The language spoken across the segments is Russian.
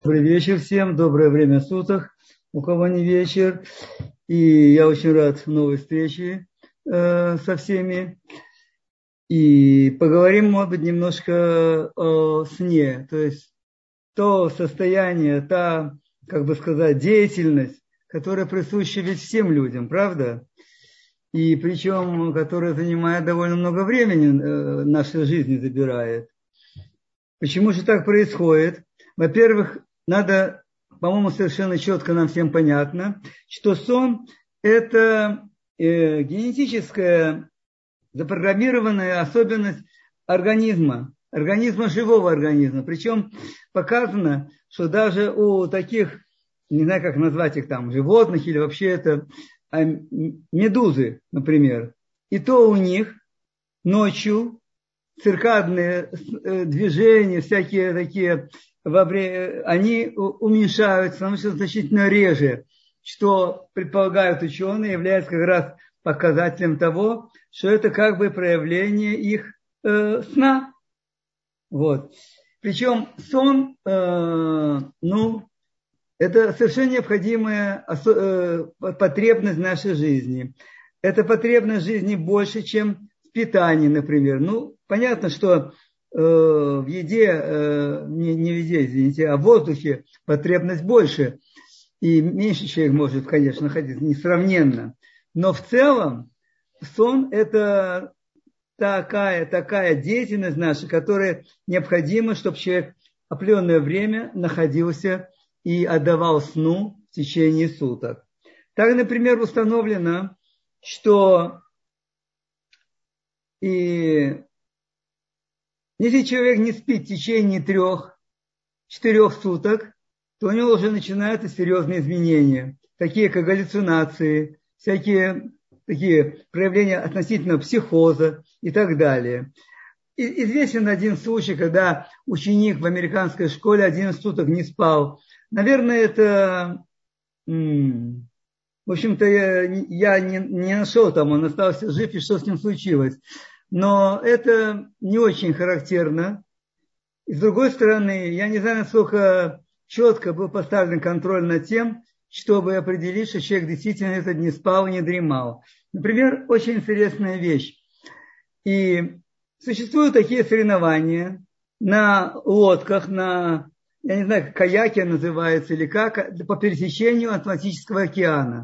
Добрый вечер всем, доброе время суток, у кого не вечер. И я очень рад новой встрече со всеми. И поговорим, может быть, немножко о сне. То есть то состояние, та, как бы сказать, деятельность, которая присуща ведь всем людям, правда? И причем, которая занимает довольно много времени, нашей жизни забирает. Почему же так происходит? Во-первых, надо, по-моему, совершенно четко нам всем понятно, что сон – это генетическая запрограммированная особенность организма живого организма. Причем показано, что даже у таких, не знаю, как назвать их там, животных или вообще это медузы, например, и то у них ночью циркадные движения, всякие такие, они уменьшаются, становятся значительно реже, что, предполагают ученые, является как раз показателем того, что это как бы проявление их сна. Вот. Причем сон, это совершенно необходимая потребность в нашей жизни. Эта потребность жизни больше, чем в питании, например. Понятно, что в еде, не в еде, извините, а в воздухе потребность больше. И меньше человек может, конечно, находиться, несравненно. Но в целом сон – это такая деятельность наша, которая необходима, чтобы человек определенное время находился и отдавал сну в течение суток. Так, например, установлено, что если человек не спит в течение 3-4 суток, то у него уже начинаются серьезные изменения, такие как галлюцинации, всякие такие проявления относительно психоза и так далее. Известен один случай, когда ученик в американской школе 11 суток не спал. Наверное, это, в общем-то, я не нашел там, он остался жив, и что с ним случилось. Но это не очень характерно. И с другой стороны, я не знаю, насколько четко был поставлен контроль над тем, чтобы определить, что человек действительно этот не спал и не дремал. Например, очень интересная вещь. И существуют такие соревнования на лодках, я не знаю, как каяки называются или как, по пересечению Атлантического океана.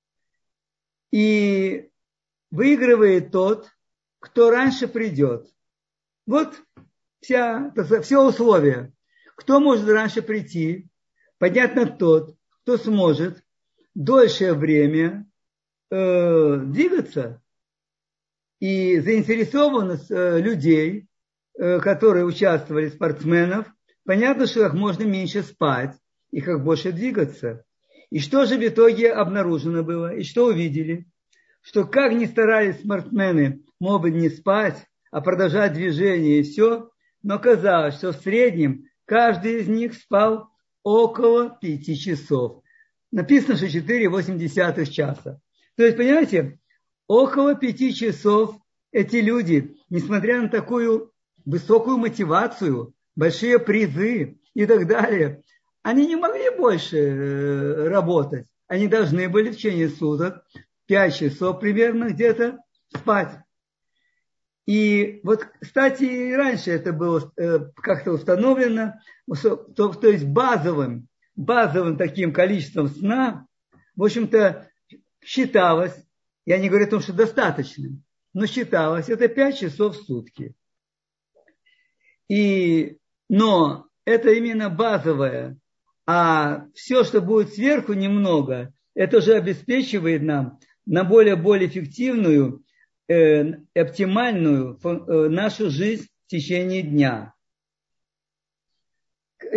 И выигрывает тот, кто раньше придет. Вот все условия. Кто может раньше прийти? Понятно, тот, кто сможет дольшее время двигаться. И заинтересованность людей, которые участвовали, спортсменов, понятно, что как можно меньше спать и как больше двигаться. И что же в итоге обнаружено было? И что увидели? Что как ни старались спортсмены, может быть, не спать, а продолжать движение и все, но оказалось, что в среднем каждый из них спал около 5 часов. Написано, что 4,8 часа. То есть, понимаете, около 5 часов эти люди, несмотря на такую высокую мотивацию, большие призы и так далее, они не могли больше работать. Они должны были в течение суток 5 часов примерно где-то спать. И вот, кстати, и раньше это было как-то установлено, то есть базовым таким количеством сна, в общем-то, считалось, я не говорю о том, что достаточным, но считалось, это 5 часов в сутки. Но это именно базовое, а все, что будет сверху немного, это уже обеспечивает нам на более эффективную, оптимальную нашу жизнь в течение дня. Как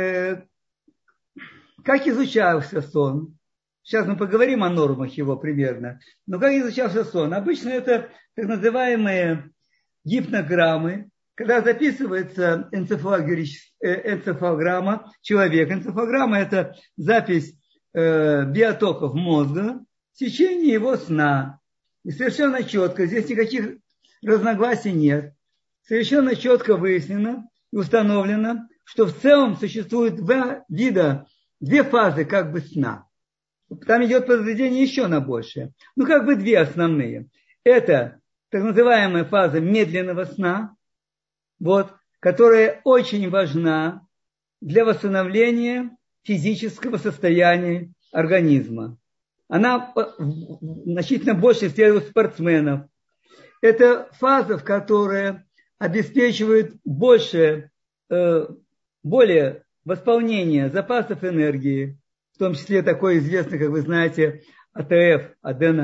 изучался сон? Сейчас мы поговорим о нормах его примерно. Но как изучался сон? Обычно это так называемые гипнограммы, когда записывается энцефалограмма человека. Энцефалограмма – это запись биотоков мозга в течение его сна. И совершенно четко, здесь никаких разногласий нет. Совершенно четко выяснено и установлено, что в целом существует два вида, две фазы как бы сна. Там идет подразделение еще на большее. Ну, как бы две основные. Это так называемая фаза медленного сна, вот, которая очень важна для восстановления физического состояния организма. Она значительно больше исследует спортсменов. Это фаза, в которой обеспечивает более восполнение запасов энергии, в том числе такой известный, как вы знаете, АТФ,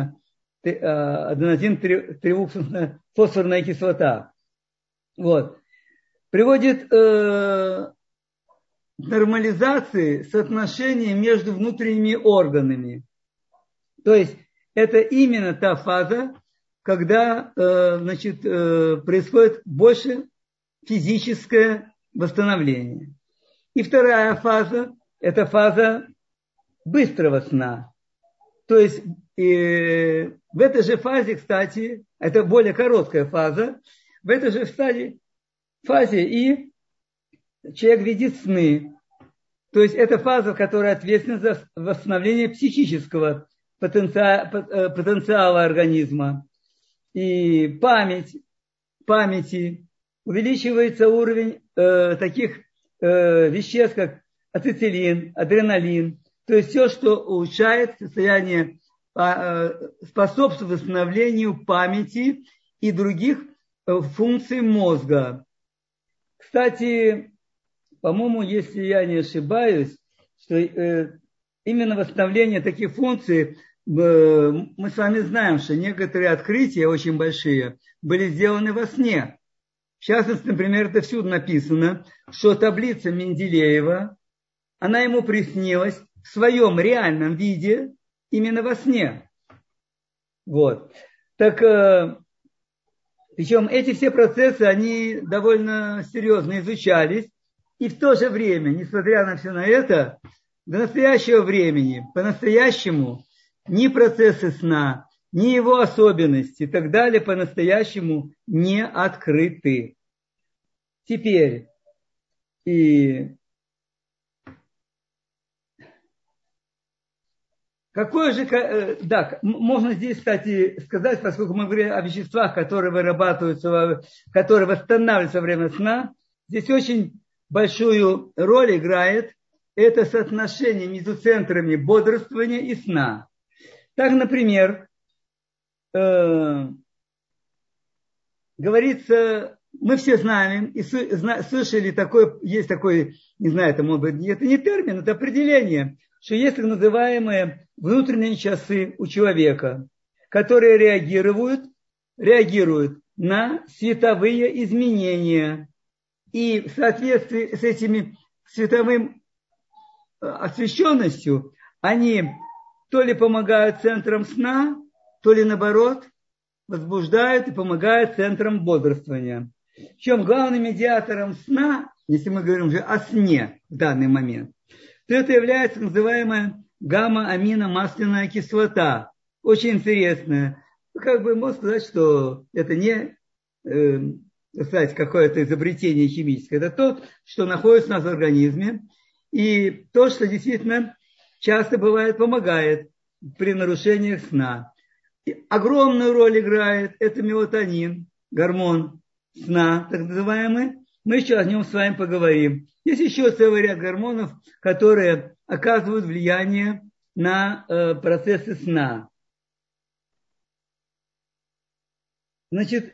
аденозин-трифосфорная кислота. Вот. Приводит к нормализации соотношения между внутренними органами. То есть это именно та фаза, когда происходит больше физическое восстановление. И вторая фаза – это фаза быстрого сна. То есть в этой же фазе, кстати, это более короткая фаза, в этой же фазе и человек видит сны. То есть это фаза, которая ответственна за восстановление психического потенциала организма. И памяти, увеличивается уровень таких веществ, как ацетилин, адреналин. То есть все, что улучшает состояние, способствует восстановлению памяти и других функций мозга. Кстати, по-моему, если я не ошибаюсь, что именно восстановление таких функций, мы с вами знаем, что некоторые открытия очень большие были сделаны во сне. В частности, например, это всюду написано, что таблица Менделеева, она ему приснилась в своем реальном виде именно во сне. Вот. Так, причем эти все процессы, они довольно серьезно изучались. И в то же время, несмотря на все на это, до настоящего времени, по-настоящему, ни процессы сна, ни его особенности и так далее по-настоящему не открыты. Теперь, какое же, да, можно здесь, кстати, сказать, поскольку мы говорим о веществах, которые вырабатываются, которые восстанавливаются во время сна, здесь очень большую роль играет это соотношение между центрами бодрствования и сна. Так, например, говорится, мы все знаем и слышали есть такой, не знаю, это может быть, это не термин, это определение, что есть так называемые внутренние часы у человека, которые реагируют на световые изменения. И в соответствии с этими световым освещенностью, они то ли помогают центрам сна, то ли наоборот возбуждают и помогают центрам бодрствования. Причем главным медиатором сна, если мы говорим уже о сне в данный момент, то это является называемая гамма-аминомасляная кислота. Очень интересная. Как бы можно сказать, что это не какое-то изобретение химическое. Это то, что находится у нас в организме. И то, что действительно часто бывает, помогает при нарушениях сна. И огромную роль играет это мелатонин, гормон сна, так называемый. Мы еще о нем с вами поговорим. Есть еще целый ряд гормонов, которые оказывают влияние на процессы сна. Значит,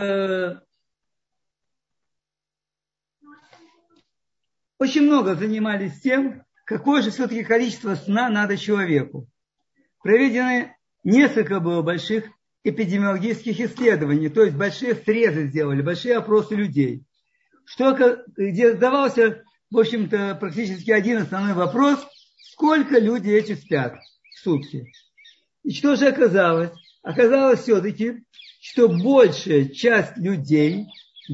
очень много занимались тем, какое же все-таки количество сна надо человеку. Проведено несколько было больших эпидемиологических исследований, то есть большие срезы сделали, большие опросы людей. Где задавался, в общем-то, практически один основной вопрос, сколько люди эти спят в сутки. И что же оказалось? Оказалось все-таки, что большая часть людей,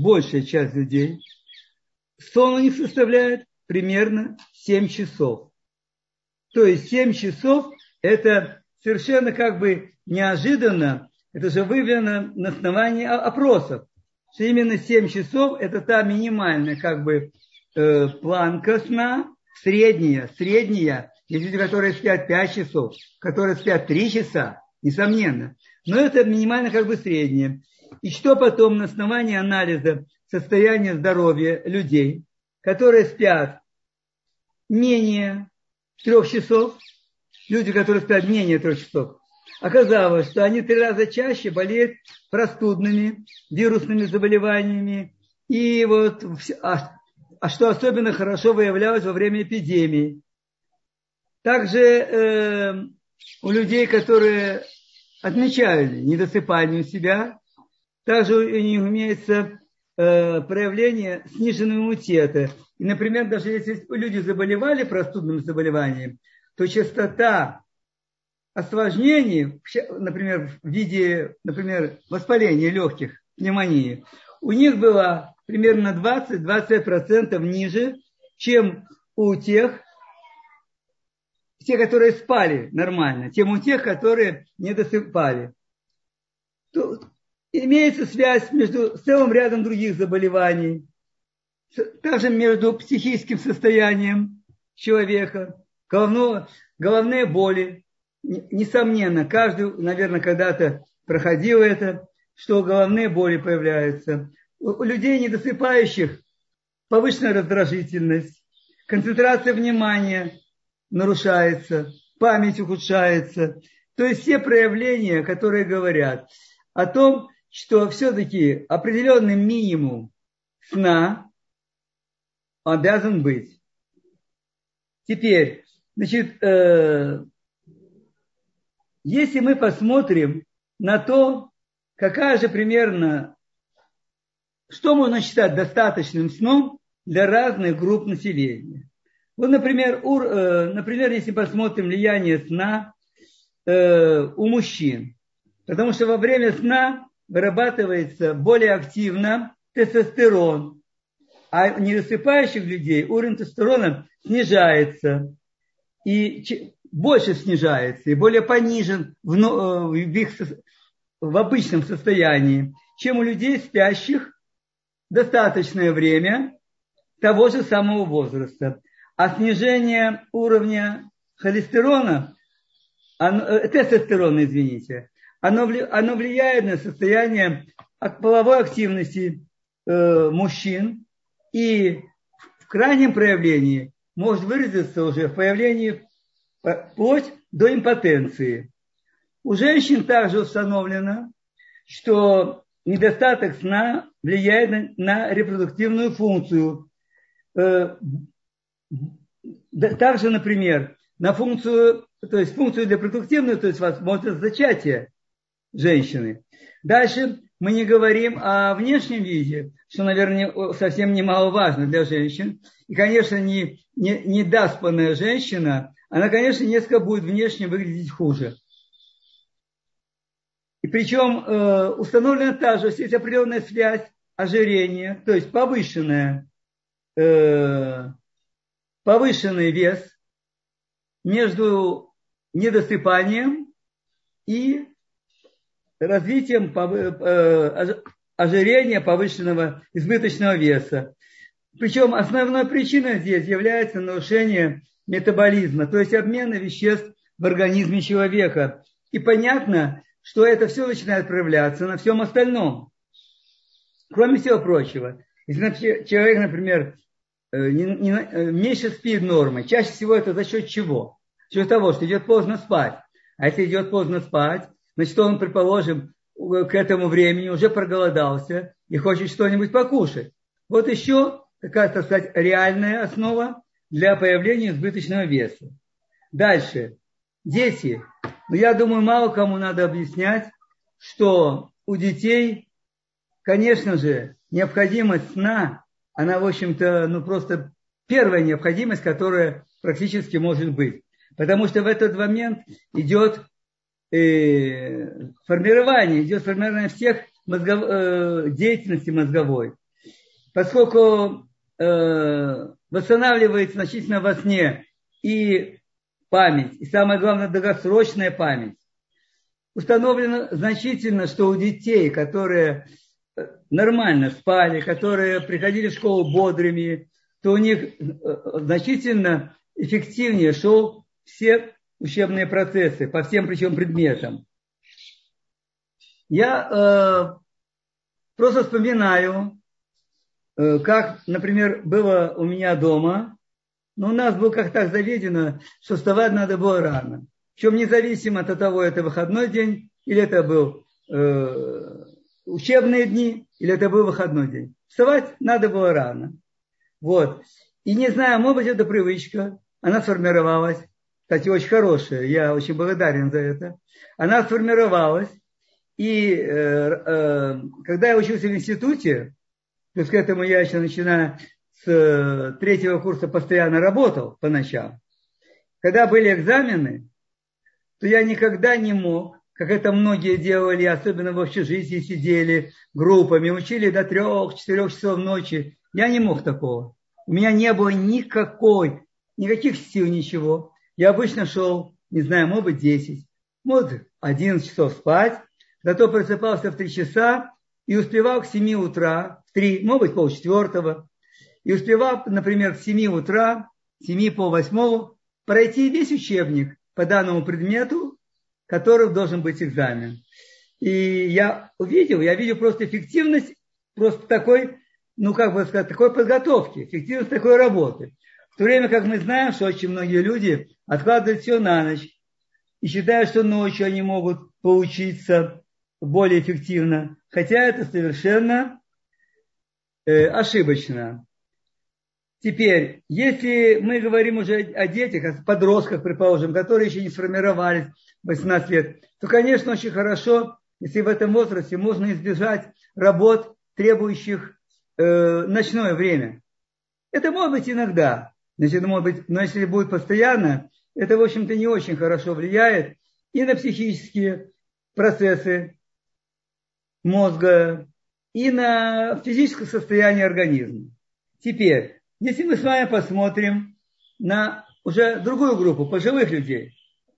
сон у них составляет примерно 7 часов. То есть 7 часов это совершенно как бы неожиданно, это же выявлено на основании опросов, что именно 7 часов это та минимальная как бы планка сна, средняя, есть люди, которые спят 5 часов, которые спят 3 часа, несомненно. Но это минимально как бы среднее. И что потом на основании анализа состояния здоровья людей, которые спят менее 3 часов, люди, которые спят менее 3 часов, оказалось, что они 3 раза чаще болеют простудными, вирусными заболеваниями. И вот, что особенно хорошо выявлялось во время эпидемии. Также у людей, которые отмечали недосыпание у себя, также у них имеется проявление сниженного иммунитета. И, например, даже если люди заболевали простудным заболеванием, то частота осложнений, например, в виде, например, воспаления легких, пневмонии, у них была примерно 20-25% ниже, чем у тех, которые спали нормально, чем у тех, которые не досыпали. Тут имеется связь между целым рядом других заболеваний, также между психическим состоянием человека, головные боли. Несомненно, каждый, наверное, когда-то проходил это, что головные боли появляются. У людей недосыпающих повышенная раздражительность, концентрация внимания нарушается, память ухудшается. То есть все проявления, которые говорят о том, что все-таки определенный минимум сна обязан быть. Теперь, значит, если мы посмотрим на то, какая же примерно, что можно считать достаточным сном для разных групп населения. Вот, например, если посмотрим влияние сна у мужчин, потому что во время сна вырабатывается более активно тестостерон, а у недосыпающих людей уровень тестостерона снижается, и больше снижается, и более понижен в обычном состоянии, чем у людей, спящих достаточное время того же самого возраста. А снижение уровня холестерона, тестостерона, извините, оно влияет на состояние половой активности мужчин и в крайнем проявлении может выразиться уже в появлении вплоть до импотенции. У женщин также установлено, что недостаток сна влияет на репродуктивную функцию. Также, например, на функцию репродуктивную, то есть возможность зачатия женщины. Дальше мы не говорим о внешнем виде, что, наверное, совсем немаловажно для женщин. И, конечно, недоспанная женщина, она, конечно, несколько будет внешне выглядеть хуже. И причем установлена также, что есть определенная связь ожирения, то есть повышенный вес между недосыпанием и развитием ожирения, повышенного избыточного веса. Причем основной причиной здесь является нарушение метаболизма, то есть обмена веществ в организме человека. И понятно, что это все начинает проявляться на всем остальном. Кроме всего прочего, если человек, например, меньше спит нормы, чаще всего это за счет чего? За счет того, что идет поздно спать. А если идет поздно спать, значит, он, предположим, к этому времени уже проголодался и хочет что-нибудь покушать. Вот еще такая, так сказать, реальная основа для появления избыточного веса. Дальше. Дети. Я думаю, мало кому надо объяснять, что у детей, конечно же, необходимость сна, она, в общем-то, просто первая необходимость, которая практически может быть. Потому что в этот момент идет формирование всех деятельности мозговой. Поскольку восстанавливается значительно во сне и память, и самое главное, долгосрочная память. Установлено значительно, что у детей, которые нормально спали, которые приходили в школу бодрыми, то у них значительно эффективнее шел все учебные процессы по всем причем предметам. Я просто вспоминаю, как, например, было у меня дома. Но у нас было как так заведено, что вставать надо было рано. Причем независимо от того, это выходной день, или это был учебные дни, или это был выходной день. Вставать надо было рано. Вот. И не знаю, может быть, это привычка. Она сформировалась. Кстати, очень хорошая. Я очень благодарен за это. Она сформировалась. И когда я учился в институте, то есть к этому я еще начинаю с третьего курса постоянно работал по ночам. Когда были экзамены, то я никогда не мог, как это многие делали, особенно в общежитии сидели группами, учили до 3-4 часов ночи. Я не мог такого. У меня не было никаких сил, ничего. Я обычно шел, не знаю, может быть 10, может 11 часов спать, зато просыпался в 3 часа и успевал к 7 утра, в 3, может быть полчетвертого, и успевал, например, к 7 утра, 7 полвосьмого, пройти весь учебник по данному предмету, который должен быть экзамен. И я видел просто эффективность просто такой, такой подготовки, эффективность такой работы. В то время как мы знаем, что очень многие люди откладывают все на ночь и считают, что ночью они могут поучиться более эффективно, хотя это совершенно ошибочно. Теперь, если мы говорим уже о детях, о подростках, предположим, которые еще не сформировались 18 лет, то, конечно, очень хорошо, если в этом возрасте можно избежать работ, требующих ночное время. Это может быть иногда, значит, может быть, но если будет постоянно, это, в общем-то, не очень хорошо влияет и на психические процессы мозга, и на физическое состояние организма. Теперь, если мы с вами посмотрим на уже другую группу пожилых людей,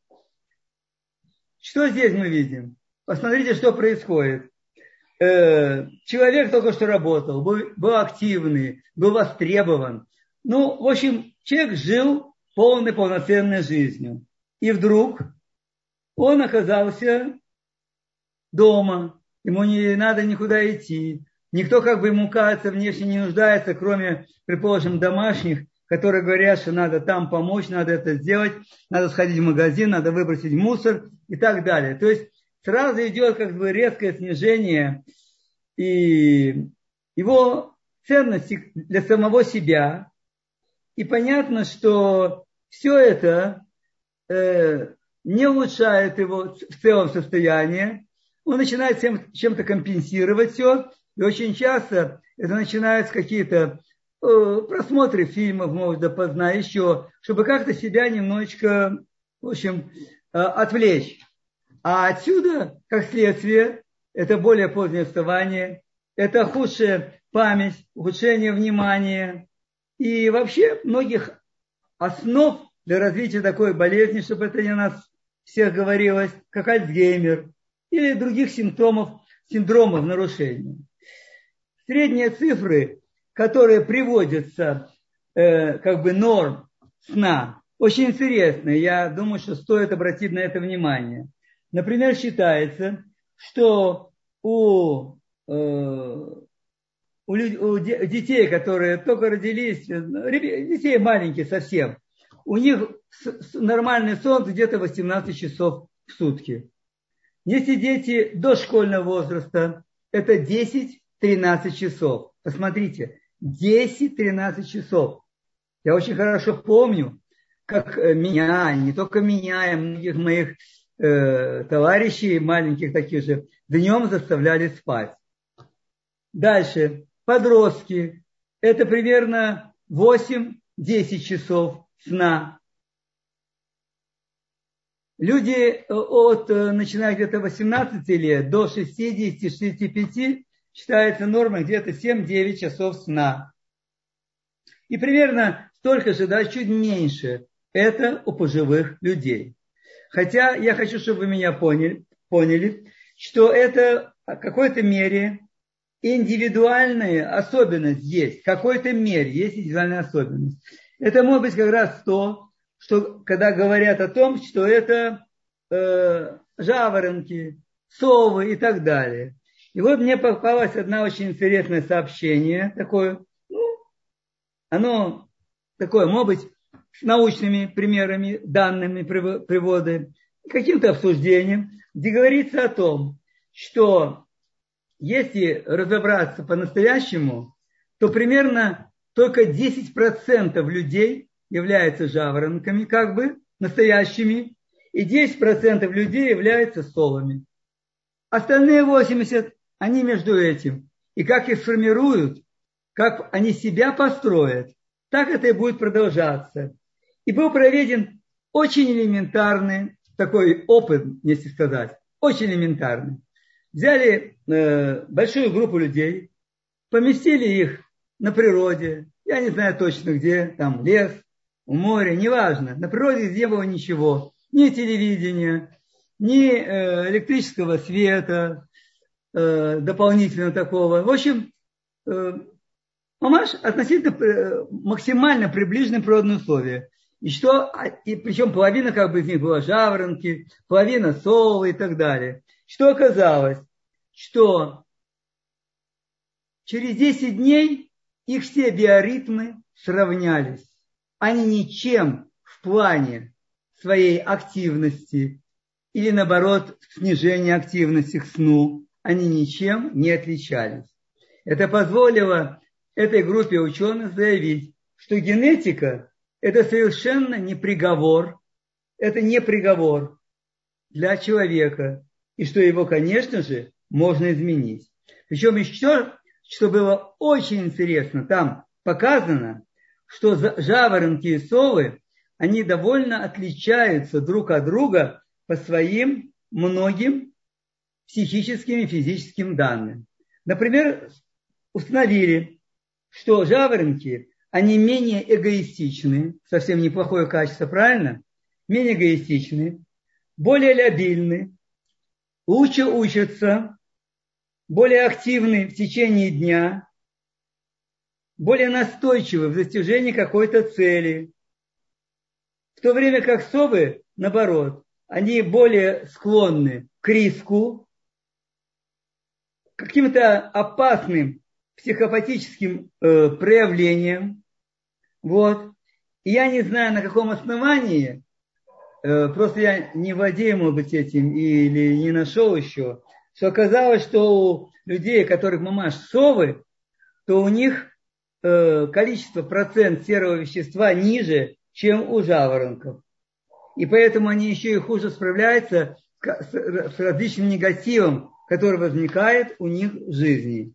что здесь мы видим? Посмотрите, что происходит. Человек только что работал, был активный, был востребован. В общем, человек жил полной, полноценной жизнью. И вдруг он оказался дома. Ему не надо никуда идти. Никто, ему кажется, внешне не нуждается, кроме, предположим, домашних, которые говорят, что надо там помочь, надо это сделать, надо сходить в магазин, надо выбросить мусор и так далее. То есть сразу идет резкое снижение и его ценности для самого себя. И понятно, что все это не улучшает его в целом состояние. Он начинает чем-то компенсировать все. И очень часто это начинаются какие-то просмотры фильмов, может, допоздна, еще, чтобы как-то себя немножечко, в общем, отвлечь. А отсюда, как следствие, это более позднее вставание, это худшая память, ухудшение внимания и вообще многих основ для развития такой болезни, чтобы это не у нас всех говорилось, как Альцгеймер или других синдромов нарушений. Средние цифры, которые приводятся норм сна, очень интересные. Я думаю, что стоит обратить на это внимание. Например, считается, что у детей, которые только родились, детей маленьких совсем, у них нормальный сон где-то 18 часов в сутки. Если дети дошкольного возраста, это 10-13 часов. Посмотрите, 10-13 часов. Я очень хорошо помню, как меня, не только меня, и многих моих товарищей, маленьких таких же, днем заставляли спать. Дальше. Подростки. Это примерно 8-10 часов сна. Люди начиная где-то 18 лет до 60-65 считается нормой где-то 7-9 часов сна. И примерно столько же, чуть меньше, это у пожилых людей. Хотя я хочу, чтобы вы меня поняли, что это в какой-то мере индивидуальная особенность есть, в какой-то мере есть индивидуальная особенность. Это может быть как раз то, что когда говорят о том, что это жаворонки, совы и так далее. И вот мне попалось одно очень интересное сообщение, такое, оно такое, может быть, с научными примерами, данными, приводы, каким-то обсуждением, где говорится о том, что если разобраться по-настоящему, то примерно только 10% людей являются жаворонками, как бы настоящими, и 10% людей являются совами. Остальные 80%, они между этим. И как их сформируют, как они себя построят, так это и будет продолжаться. И был проведен очень элементарный такой опыт, если сказать, очень элементарный. Взяли большую группу людей, поместили их на природе, я не знаю точно где, там лес, у моря, неважно. На природе не было ничего, ни телевидения, ни электрического света дополнительного такого. В общем, мамаш относительно максимально приближены природные условия. И причем половина как бы из них была жаворонки, половина совы и так далее. Что оказалось? Что через 10 дней их все биоритмы сравнялись. Они ничем в плане своей активности или наоборот снижения активности к сну, они ничем не отличались. Это позволило этой группе ученых заявить, что генетика – это совершенно не приговор, это не приговор для человека, и что его, конечно же, можно изменить. Причем еще, что было очень интересно, там показано, что жаворонки и совы, они довольно отличаются друг от друга по своим многим психическим и физическим данным. Например, установили, что жаворонки, они менее эгоистичны, совсем неплохое качество, правильно? Менее эгоистичны, более лябильны, лучше учатся, более активны в течение дня, более настойчивы в достижении какой-то цели. В то время как совы, наоборот, они более склонны к риску, к каким-то опасным психопатическим проявлениям. Вот. И я не знаю, на каком основании, просто я не владею, может быть, этим или не нашел еще, что оказалось, что у людей, которых мамаш совы, то у них количество процент серого вещества ниже, чем у жаворонков. И поэтому они еще и хуже справляются с различным негативом, который возникает у них в жизни.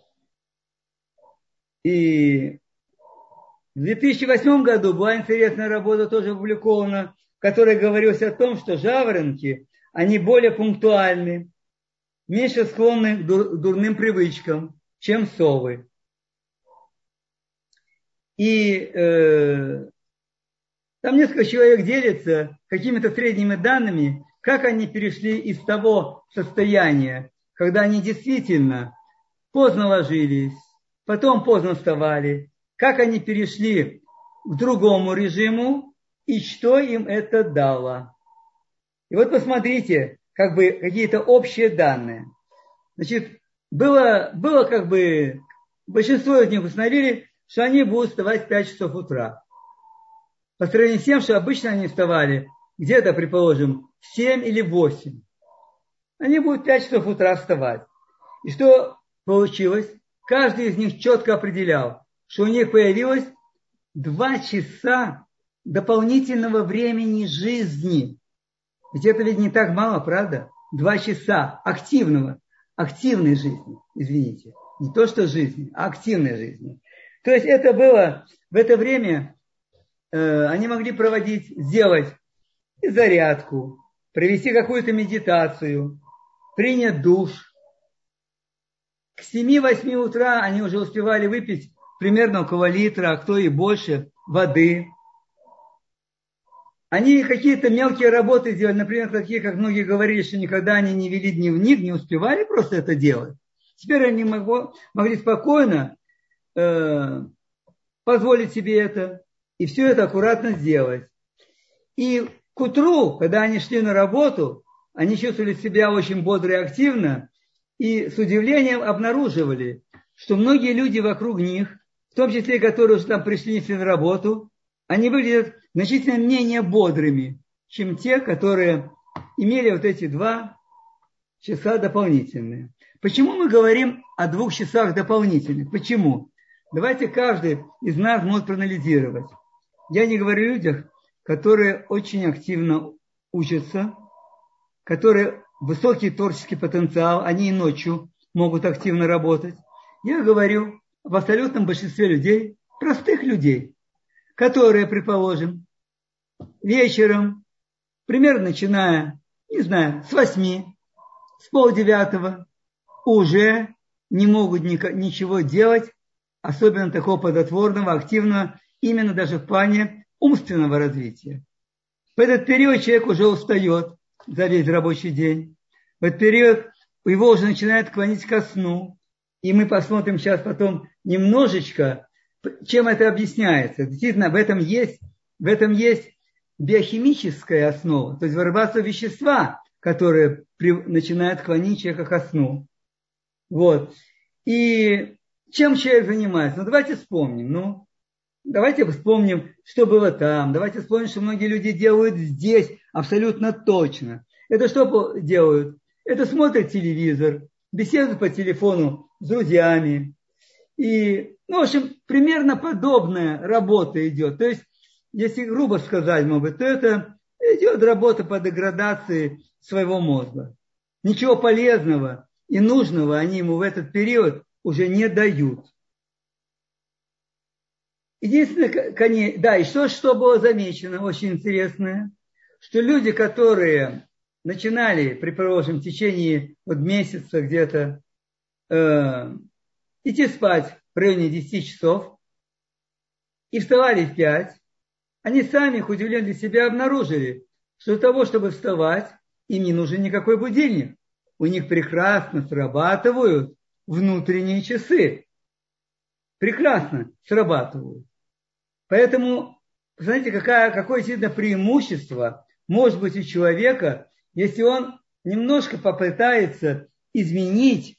И в 2008 году была интересная работа, тоже опубликована, в которой говорилось о том, что жаворонки, они более пунктуальны, меньше склонны к дурным привычкам, чем совы. И там несколько человек делятся какими-то средними данными, как они перешли из того состояния, когда они действительно поздно ложились, потом поздно вставали, как они перешли к другому режиму и что им это дало. И вот посмотрите, как бы какие-то общие данные. Значит, было как бы, большинство из них установили, что они будут вставать в 5 часов утра. По сравнению с тем, что обычно они вставали где-то, предположим, в 7 или 8. Они будут в 5 часов утра вставать. И что получилось? Каждый из них четко определял, что у них появилось 2 часа дополнительного времени жизни. Ведь это ведь не так мало, правда? 2 часа активной жизни, извините. Не то, что жизни, а активной жизни. То есть это было в это время, они могли сделать зарядку, провести какую-то медитацию, принять душ. К 7-8 утра они уже успевали выпить примерно около литра, а кто и больше, воды. Они какие-то мелкие работы делали, например, такие, как многие говорили, что никогда они не вели дневник, не успевали просто это делать. Теперь они могли спокойно позволить себе это и все это аккуратно сделать. И к утру, когда они шли на работу, они чувствовали себя очень бодро и активно, и с удивлением обнаруживали, что многие люди вокруг них, в том числе, которые уже там пришли на работу, они выглядят значительно менее бодрыми, чем те, которые имели вот эти 2 часа дополнительные. Почему мы говорим о 2 часах дополнительных? Почему? Давайте каждый из нас может проанализировать. Я не говорю о людях, которые очень активно учатся, которые высокий творческий потенциал, они и ночью могут активно работать. Я говорю об абсолютном большинстве людей, простых людей, которые, предположим, вечером, примерно начиная, не знаю, с 8, с 8:30, уже не могут ничего делать, особенно такого плодотворного, активного, именно даже в плане умственного развития. В этот период человек уже устает за весь рабочий день. В этот период его уже начинает клонить ко сну. И мы посмотрим сейчас потом немножечко, чем это объясняется. Действительно, в этом есть биохимическая основа, то есть вырабатываются вещества, которые начинают клонить человека ко сну. Вот. И чем человек занимается? Ну, давайте вспомним. Давайте вспомним, что было там. Давайте вспомним, что многие люди делают здесь абсолютно точно. Это что делают? Это смотрят телевизор, беседуют по телефону с друзьями. И, в общем, примерно подобная работа идет. То есть, если грубо сказать, то это идет работа по деградации своего мозга. Ничего полезного и нужного они ему в этот период уже не дают. Единственное, да, и что было замечено, очень интересное, что люди, которые начинали, предположим, в течение месяца где-то идти спать в районе 10 часов и вставали в 5, они сами, к удивлению для себя, обнаружили, что для того, чтобы вставать, им не нужен никакой будильник. У них прекрасно срабатывают внутренние часы. Прекрасно срабатывают. Поэтому, знаете, какое действительно преимущество может быть у человека, если он немножко попытается изменить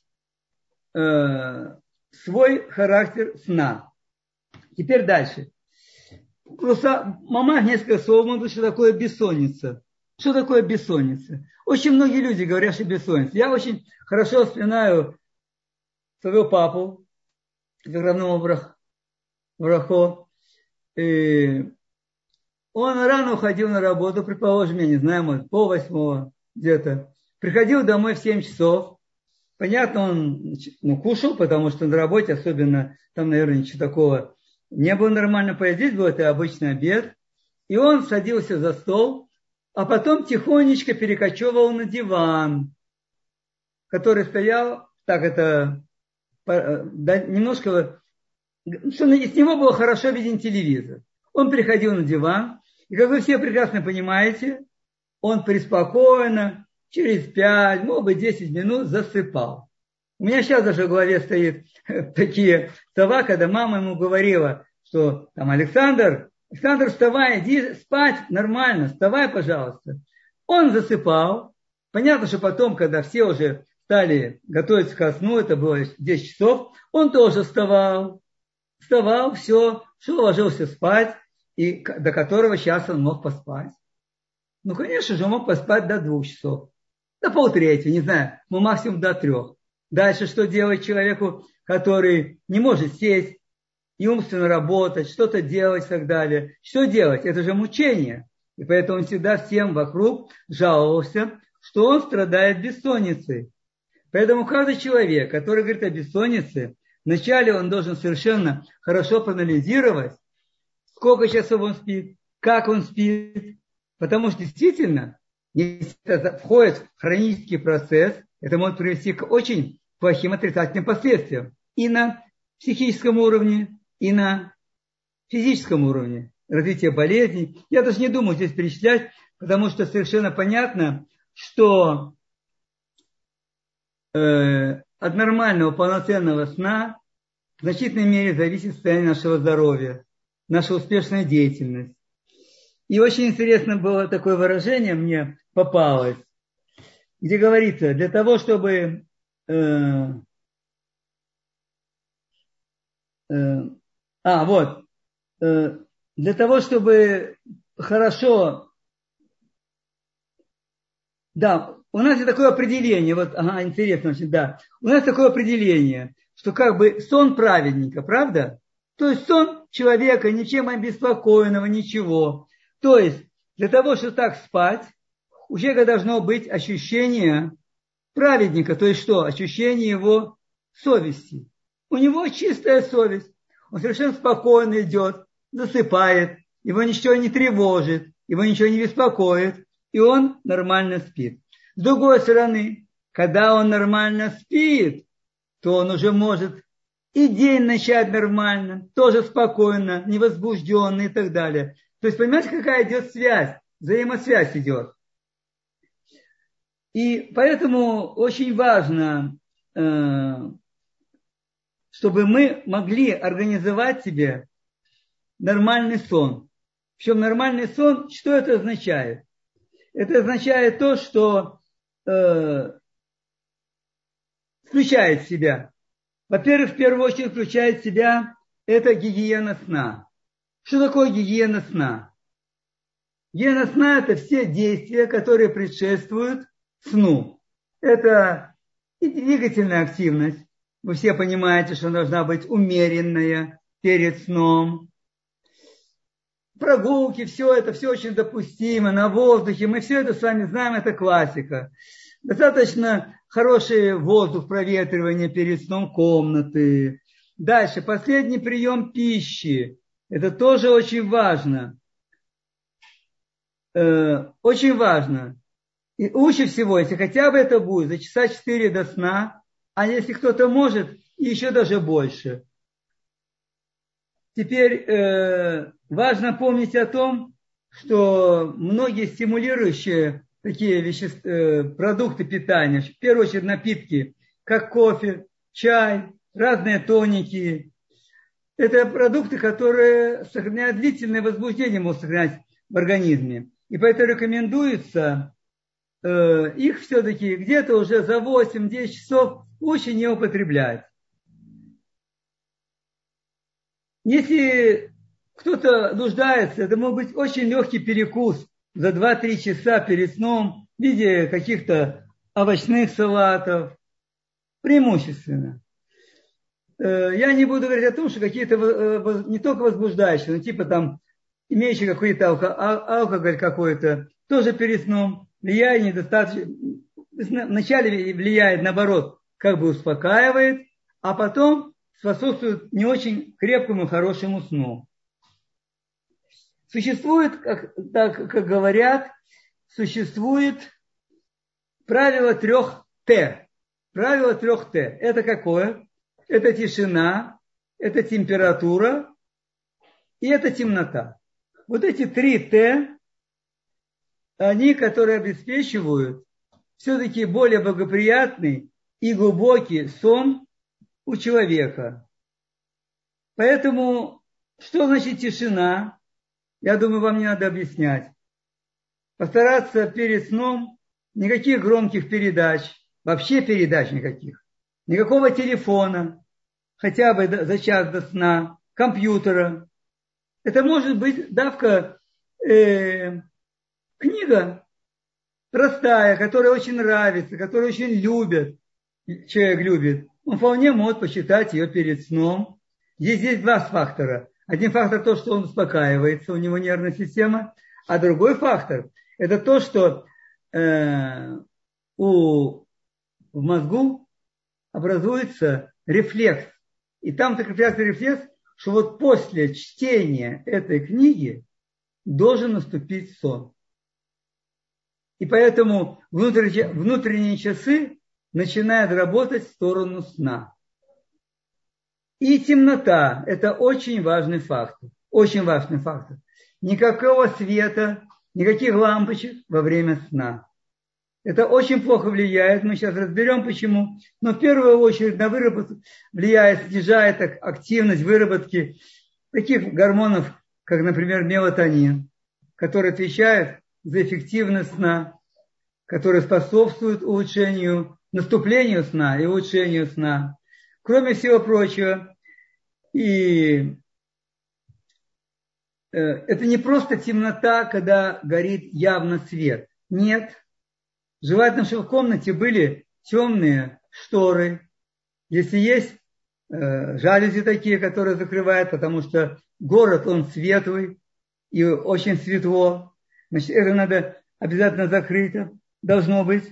свой характер сна. Теперь дальше. Просто мама несколько слов, что такое бессонница. Что такое бессонница? Очень многие люди говорят, что бессонница. Я очень хорошо вспоминаю своего папу, Загранова Брахо. И он рано уходил на работу, предположим, я не знаю, может, 7:30 где-то. Приходил домой в 7 часов. Понятно, он кушал, потому что на работе особенно, там, наверное, ничего такого не было нормально. Здесь был это обычный обед. И он садился за стол, а потом тихонечко перекочевывал на диван, который стоял, немножко, что с него было хорошо виден телевизор. Он приходил на диван, и, как вы все прекрасно понимаете, он преспокойно, через 5, может быть, 10 минут засыпал. У меня сейчас даже в голове стоит такие слова, когда мама ему говорила, что там Александр, вставай, иди спать нормально, вставай, пожалуйста. Он засыпал. Понятно, что потом, когда все уже стали готовиться ко сну, это было 10 часов, он тоже вставал, все, ложился спать, и до которого часа он мог поспать. Конечно же, он мог поспать до 2 часов, до 2:30, не знаю, максимум до 3. Дальше что делать человеку, который не может сесть и умственно работать, что-то делать и так далее? Что делать? Это же мучение. И поэтому он всегда всем вокруг жаловался, что он страдает бессонницей. Поэтому каждый человек, который говорит о бессоннице, вначале он должен совершенно хорошо проанализировать, сколько часов он спит, как он спит. Потому что действительно, если это входит в хронический процесс, это может привести к очень плохим отрицательным последствиям и на психическом уровне, и на физическом уровне. Развитие болезней. Я даже не думаю здесь перечислять, потому что совершенно понятно, что от нормального полноценного сна в значительной мере зависит состояние нашего здоровья, наша успешная деятельность. И очень интересно было такое выражение, мне попалось, где говорится, для того, чтобы для того, чтобы хорошо, да, у нас есть такое определение, интересно очень, да, у нас такое определение, что как бы сон праведника, правда? То есть сон человека, ничем обеспокоенного, ничего. То есть для того, чтобы так спать, у человека должно быть ощущение праведника, то есть что? Ощущение его совести. У него чистая совесть. Он совершенно спокойно идет, засыпает, его ничего не тревожит, его ничего не беспокоит, и он нормально спит. С другой стороны, когда он нормально спит, то он уже может и день начать нормально, тоже спокойно, невозбужденный и так далее. То есть, понимаете, какая идет связь, взаимосвязь идет. И поэтому очень важно, чтобы мы могли организовать себе нормальный сон. Причем нормальный сон, что это означает? Это означает то, что включает в себя. Во-первых, в первую очередь включает в себя это гигиена сна. Что такое гигиена сна? Гигиена сна – это все действия, которые предшествуют сну. Это и двигательная активность. Вы все понимаете, что должна быть умеренная перед сном. Прогулки, все это, все очень допустимо, на воздухе. Мы все это с вами знаем, это классика. Достаточно хороший воздух, проветривание перед сном комнаты. Дальше, последний прием пищи. Это тоже очень важно. Очень важно. И лучше всего, если хотя бы это будет за часа 4 до сна, а если кто-то может, еще даже больше. Теперь важно помнить о том, что многие стимулирующие такие продукты питания, в первую очередь напитки, как кофе, чай, разные тоники, это продукты, которые сохраняют длительное возбуждение, могут сохранять в организме. И поэтому рекомендуется их все-таки где-то уже за 8-10 часов лучше не употреблять. Если кто-то нуждается, это может быть очень легкий перекус за 2-3 часа перед сном в виде каких-то овощных салатов, преимущественно. Я не буду говорить о том, что какие-то не только возбуждающие, но типа там имеющие какой-то алкоголь какой-то, тоже перед сном влияет недостаточно. Вначале влияет, наоборот, как бы успокаивает, а потом способствует не очень крепкому и хорошему сну. Существует, как говорят, существует правило 3 Т. Правило 3 Т. Это какое? Это тишина, это температура и это темнота. Вот эти 3 Т, они, которые обеспечивают все-таки более благоприятный и глубокий сон у человека. Поэтому, что значит тишина? Я думаю, вам не надо объяснять. Постараться перед сном никаких громких передач, вообще передач никаких, никакого телефона, хотя бы за час до сна, компьютера. Это может быть давка книга простая, которая очень нравится, которую очень любят, человек любит. Он вполне может почитать ее перед сном. Здесь 2 фактора. Один фактор то, что он успокаивается, у него нервная система, а другой фактор это то, что в мозгу образуется рефлекс. И там так рефлекс, что вот после чтения этой книги должен наступить сон. И поэтому внутренние часы начинают работать в сторону сна. И темнота – это очень важный фактор. Очень важный фактор. Никакого света, никаких лампочек во время сна. Это очень плохо влияет, мы сейчас разберем почему. Но в первую очередь на выработку влияет, снижает активность выработки таких гормонов, как, например, мелатонин, который отвечает за эффективность сна, который способствует наступлению сна и улучшению сна. Кроме всего прочего, и это не просто темнота, когда горит явно свет. Нет. Желательно, чтобы в комнате были темные шторы. Если есть жалюзи такие, которые закрывают, потому что город, он светлый и очень светло. Значит, это надо обязательно закрыть, должно быть.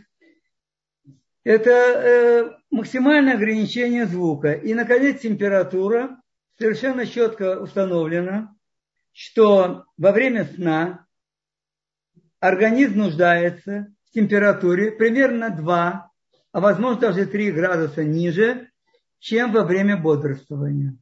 Это максимальное ограничение звука. И, наконец, температура совершенно четко установлена, что во время сна организм нуждается в температуре примерно 2, а возможно даже 3 градуса ниже, чем во время бодрствования.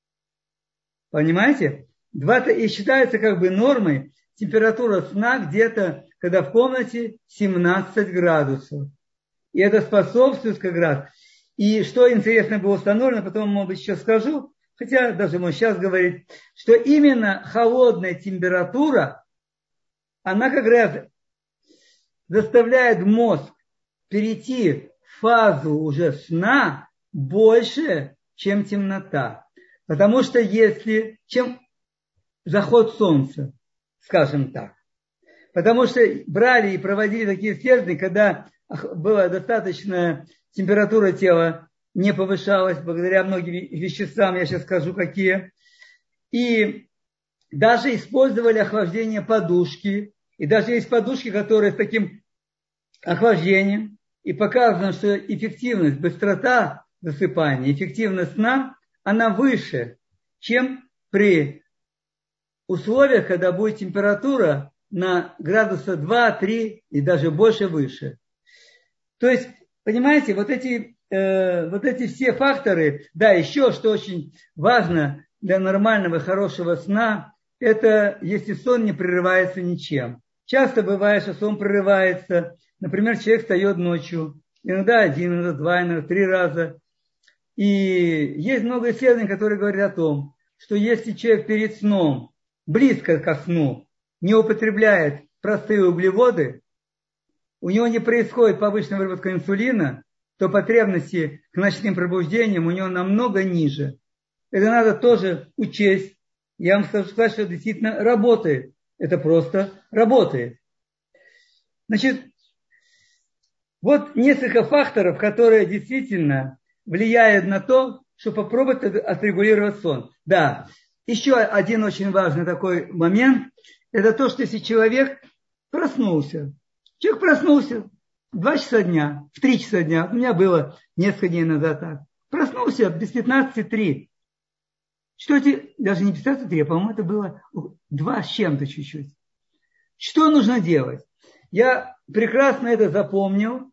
Понимаете? И считается как бы нормой температура сна где-то, когда в комнате 17 градусов. И это способствует как раз. И что интересно было установлено, потом, может быть, еще скажу, хотя даже можно сейчас говорить, что именно холодная температура, она как раз заставляет мозг перейти в фазу уже сна больше, чем темнота. Потому что чем заход солнца, скажем так. Потому что брали и проводили такие исследования, когда была достаточная температура тела, не повышалась благодаря многим веществам, я сейчас скажу какие. И даже использовали охлаждение подушки. И даже есть подушки, которые с таким охлаждением. И показано, что эффективность, быстрота засыпания, эффективность сна, она выше, чем при условиях, когда будет температура на градуса 2-3 и даже больше выше. То есть, понимаете, вот эти все факторы, да, еще что очень важно для нормального хорошего сна, это если сон не прерывается ничем. Часто бывает, что сон прерывается, например, человек встает ночью, иногда 1, иногда 2, иногда 3 раза. И есть много исследований, которые говорят о том, что если человек перед сном, близко ко сну, не употребляет простые углеводы, у него не происходит повышенная выработка инсулина, то потребности к ночным пробуждениям у него намного ниже. Это надо тоже учесть. Я вам скажу, что это действительно работает. Это просто работает. Значит, вот несколько факторов, которые действительно влияют на то, чтобы попробовать отрегулировать сон. Да, еще один очень важный такой момент, это то, что если человек проснулся в 2 часа дня, в 3 часа дня, у меня было несколько дней назад так, проснулся без 15:03. Что эти, даже не 15:03, по-моему, это было 2 с чем-то чуть-чуть. Что нужно делать? Я прекрасно это запомнил,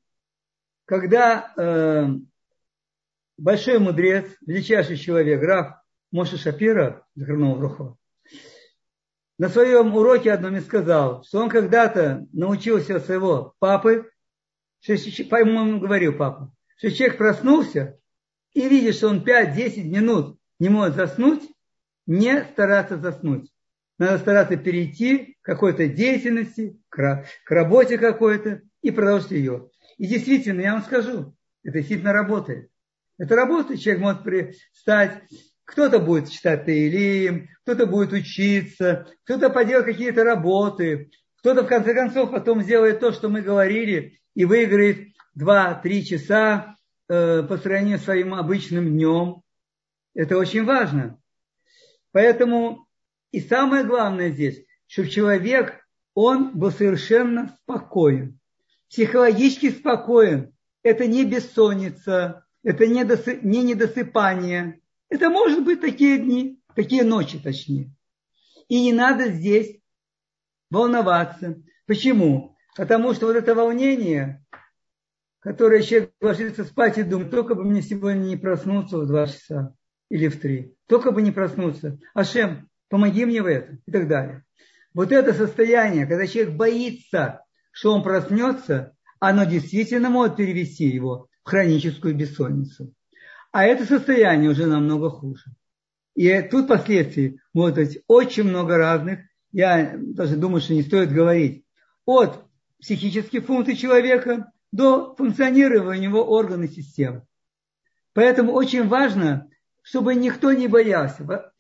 когда большой мудрец, величайший человек, Рав Моше Шапира, Захарнова Брухова, на своем уроке одном и сказал, что он когда-то научился от своего папы, по-моему, говорил папа, что человек проснулся и видит, что он 5-10 минут не может заснуть, не стараться заснуть. Надо стараться перейти к какой-то деятельности, к работе какой-то и продолжить ее. И действительно, я вам скажу, это действительно работает. Это работает, человек может встать, кто-то будет читать Теилим, кто-то будет учиться, кто-то поделает какие-то работы, кто-то в конце концов потом сделает то, что мы говорили, и выиграет 2-3 часа по сравнению с своим обычным днем. Это очень важно. Поэтому и самое главное здесь, чтобы человек, он был совершенно спокоен. Психологически спокоен. Это не бессонница, это не недосыпание. Это может быть такие дни, такие ночи точнее. И не надо здесь волноваться. Почему? Потому что вот это волнение, которое человек ложится спать и думает, только бы мне сегодня не проснуться в 2 часа или в 3. Только бы не проснуться. Ашем, помоги мне в этом. И так далее. Вот это состояние, когда человек боится, что он проснется, оно действительно может перевести его в хроническую бессонницу. А это состояние уже намного хуже. И тут последствий может быть очень много разных. Я даже думаю, что не стоит говорить. От психических функций человека до функционирования его органов и систем. Поэтому очень важно, чтобы никто не боялся.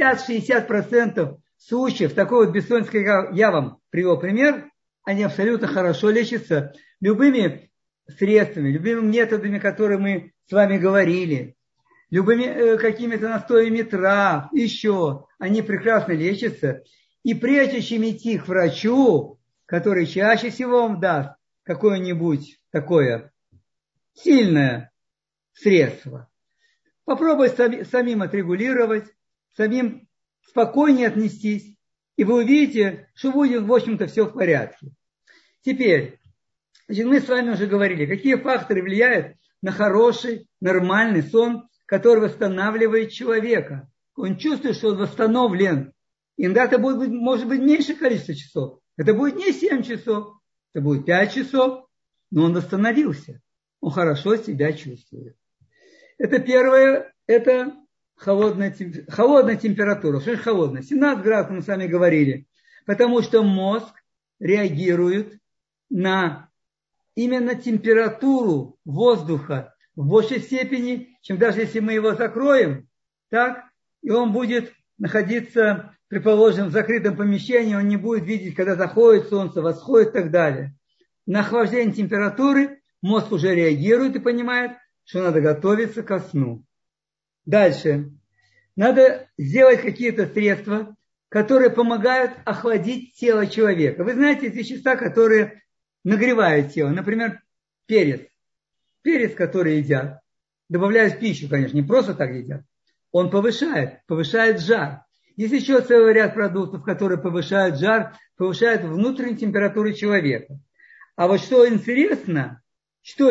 50-60% случаев такой вот бессонницы, я вам привел пример, они абсолютно хорошо лечатся любыми средствами, любыми методами, которые мы с вами говорили, любыми какими-то настоями трав, еще. Они прекрасно лечатся. И прежде чем идти к врачу, который чаще всего вам даст какое-нибудь такое сильное средство, попробуйте самим отрегулировать, самим спокойнее отнестись, и вы увидите, что будет, в общем-то, все в порядке. Теперь, значит, мы с вами уже говорили, какие факторы влияют на хороший, нормальный сон, который восстанавливает человека. Он чувствует, что он восстановлен. Иногда это будет, может быть, меньшее количество часов. Это будет не 7 часов, это будет 5 часов, но он восстановился. Он хорошо себя чувствует. Это первое, это холодная температура. Что же холодная? 17 градусов мы с вами говорили. Потому что мозг реагирует на именно температуру воздуха в большей степени, чем даже если мы его закроем, так, и он будет находиться, предположим, в закрытом помещении, он не будет видеть, когда заходит солнце, восходит и так далее. На охлаждение температуры мозг уже реагирует и понимает, что надо готовиться ко сну. Дальше. Надо сделать какие-то средства, которые помогают охладить тело человека. Вы знаете, есть вещества, которые нагревают тело. Например, перец. Перец, который едят, добавляют в пищу, конечно, не просто так едят. Он повышает жар. Есть еще целый ряд продуктов, которые повышают жар, повышают внутреннюю температуру человека. А вот что интересно, что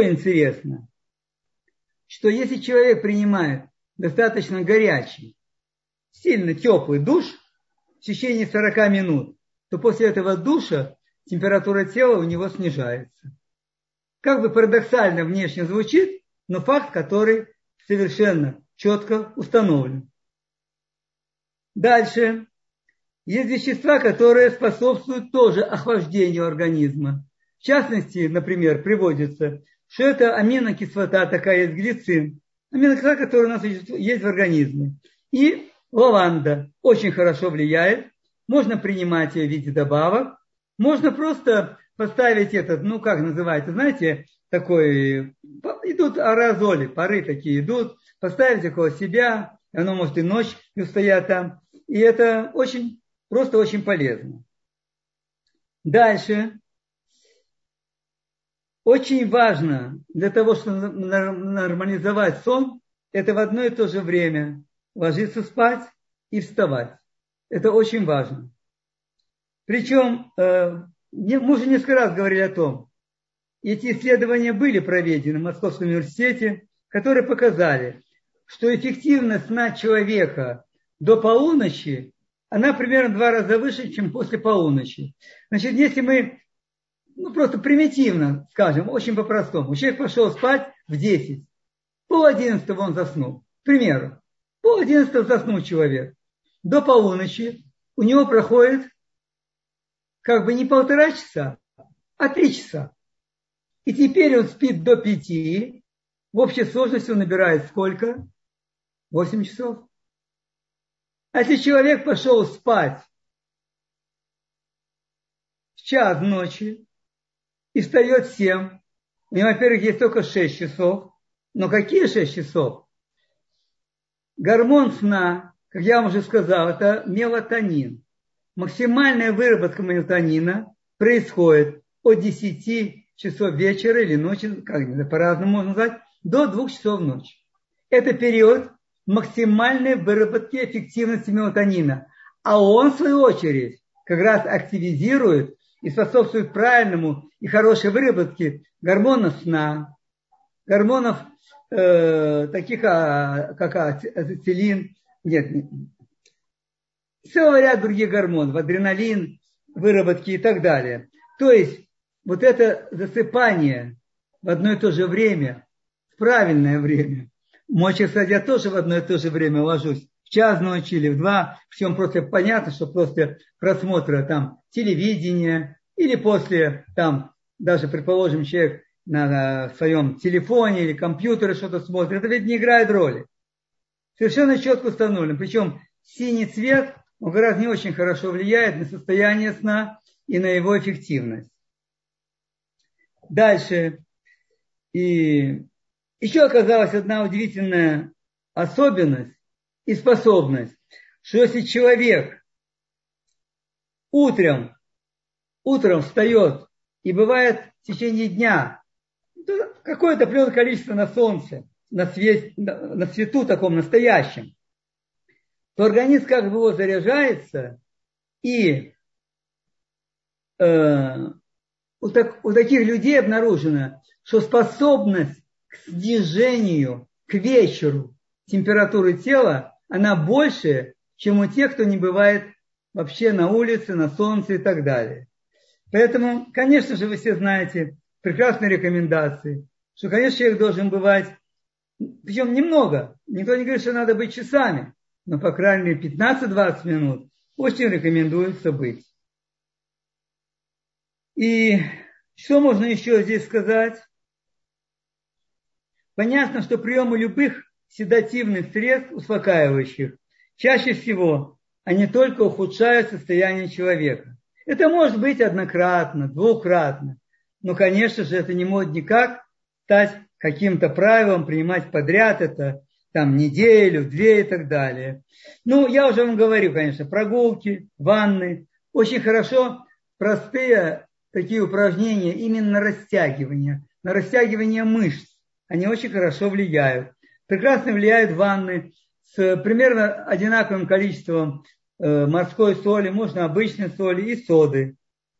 если человек принимает достаточно горячий, сильно теплый душ в течение 40 минут, то после этого душа температура тела у него снижается. Как бы парадоксально внешне звучит, но факт, который совершенно четко установлен. Дальше. Есть вещества, которые способствуют тоже охлаждению организма. В частности, например, приводится, что это аминокислота, такая есть глицин. Аминокислота, которая у нас есть в организме. И лаванда очень хорошо влияет. Можно принимать ее в виде добавок. Можно просто поставить этот, как называется, знаете, такой, идут аэрозоли, пары такие идут, поставить около себя, оно может и ночь устоять там. И это просто очень полезно. Дальше. Очень важно для того, чтобы нормализовать сон, это в одно и то же время ложиться спать и вставать. Это очень важно. Причем, мы уже несколько раз говорили о том, эти исследования были проведены в Московском университете, которые показали, что эффективность сна человека до полуночи, она примерно в 2 раза выше, чем после полуночи. Значит, если мы, просто примитивно скажем, очень по-простому, человек пошел спать в 10, 10:30 он заснул, к примеру, 10:30 заснул человек, до полуночи у него проходит не 1,5 часа, а 3 часа. И теперь он спит до 5, в общей сложности он набирает сколько? 8 часов. А если человек пошел спать в 1:00 ночи и встает в 7, у него, во-первых, есть только 6 часов. Но какие 6 часов? Гормон сна, как я вам уже сказал, это мелатонин. Максимальная выработка мелатонина происходит от 10 часов вечера или ночи, по-разному можно назвать, до 2 часов ночи. Это период максимальной выработки эффективности мелатонина. А он, в свою очередь, как раз активизирует и способствует правильному и хорошей выработке гормонов сна, гормонов таких, как ацетилин, целый ряд других гормонов, адреналин, выработки и так далее. То есть вот это засыпание в одно и то же время, в правильное время. Может, кстати, я тоже в одно и то же время ложусь. В час ночи или в два. Причем просто понятно, что после просмотра там телевидения или после там, даже, предположим, человек на своем телефоне или компьютере что-то смотрит, это ведь не играет роли. Совершенно четко установлен. Причем синий цвет, он гораздо не очень хорошо влияет на состояние сна и на его эффективность. Дальше. И еще оказалась одна удивительная особенность и способность, что если человек утром встает и бывает в течение дня какое-то определенное количество на солнце, на свету таком настоящем, то организм как бы его заряжается, и у таких людей обнаружено, что способность к снижению к вечеру температуры тела, она больше, чем у тех, кто не бывает вообще на улице, на солнце и так далее. Поэтому, конечно же, вы все знаете прекрасные рекомендации, что, конечно, человек должен бывать, причем немного, никто не говорит, что надо быть часами, но, по крайней мере, 15-20 минут очень рекомендуется быть. И что можно еще здесь сказать? Понятно, что приемы любых седативных средств, успокаивающих, чаще всего они только ухудшают состояние человека. Это может быть однократно, двукратно, но, конечно же, это не может никак стать каким-то правилом, принимать подряд это там неделю, две и так далее. Ну, я уже вам говорю, конечно, прогулки, ванны. Очень хорошо простые такие упражнения именно на растягивание мышц. Они очень хорошо влияют. Прекрасно влияют ванны с примерно одинаковым количеством морской соли, можно обычной соли и соды.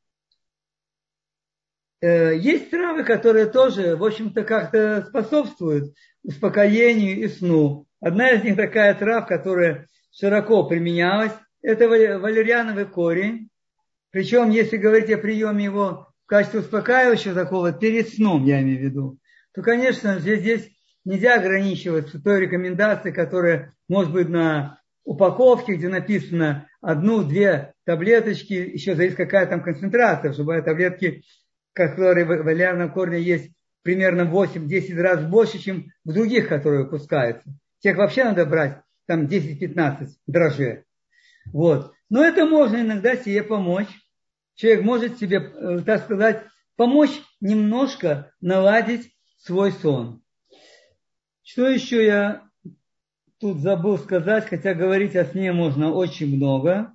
Есть травы, которые тоже, в общем-то, как-то способствуют успокоению и сну. Одна из них такая трава, которая широко применялась, это валериановый корень. Причем, если говорить о приеме его в качестве успокаивающего такого, перед сном, я имею в виду, то, конечно, здесь нельзя ограничиваться той рекомендацией, которая может быть на упаковке, где написано 1-2 таблеточки, еще зависит какая там концентрация, чтобы таблетки, которые в валериановом корне есть, примерно 8-10 раз больше, чем в других, которые выпускаются. Тех вообще надо брать там 10-15 дрожжей. Вот. Но это можно иногда себе помочь. Человек может себе, так сказать, помочь немножко наладить свой сон. Что еще я тут забыл сказать, хотя говорить о сне можно очень много.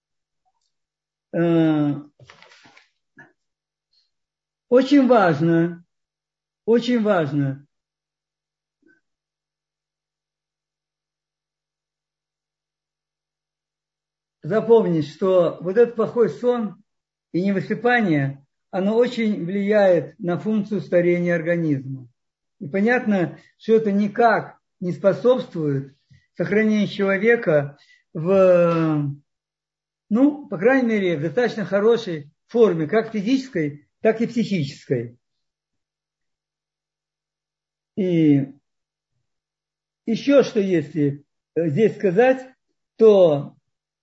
Очень важно запомнить, что вот этот плохой сон и невысыпание, оно очень влияет на функцию старения организма. И понятно, что это никак не способствует сохранению человека по крайней мере, в достаточно хорошей форме, как физической, так и психической. И еще что если здесь сказать, то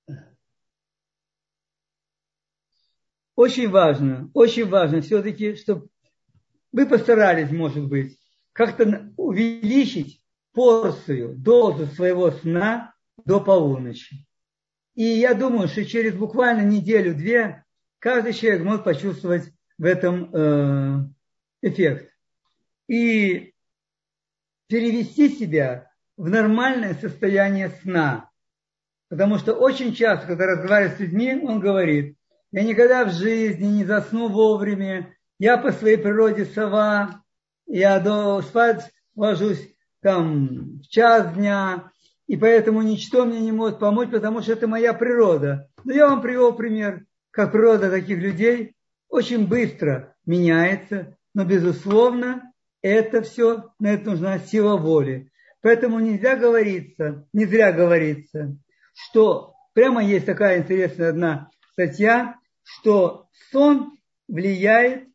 очень важно все-таки, чтобы вы постарались, может быть, как-то увеличить порцию, дозу своего сна до полуночи. И я думаю, что через буквально неделю-две каждый человек может почувствовать в этом эффект. И перевести себя в нормальное состояние сна. Потому что очень часто, когда разговариваю с людьми, он говорит: я никогда в жизни не засну вовремя, я по своей природе сова, я спать ложусь там в час дня, и поэтому ничто мне не может помочь, потому что это моя природа. Но я вам привел пример, как природа таких людей очень быстро меняется, но, безусловно, это все, на это нужна сила воли. Поэтому не зря говорится, что прямо есть такая интересная одна статья, что сон влияет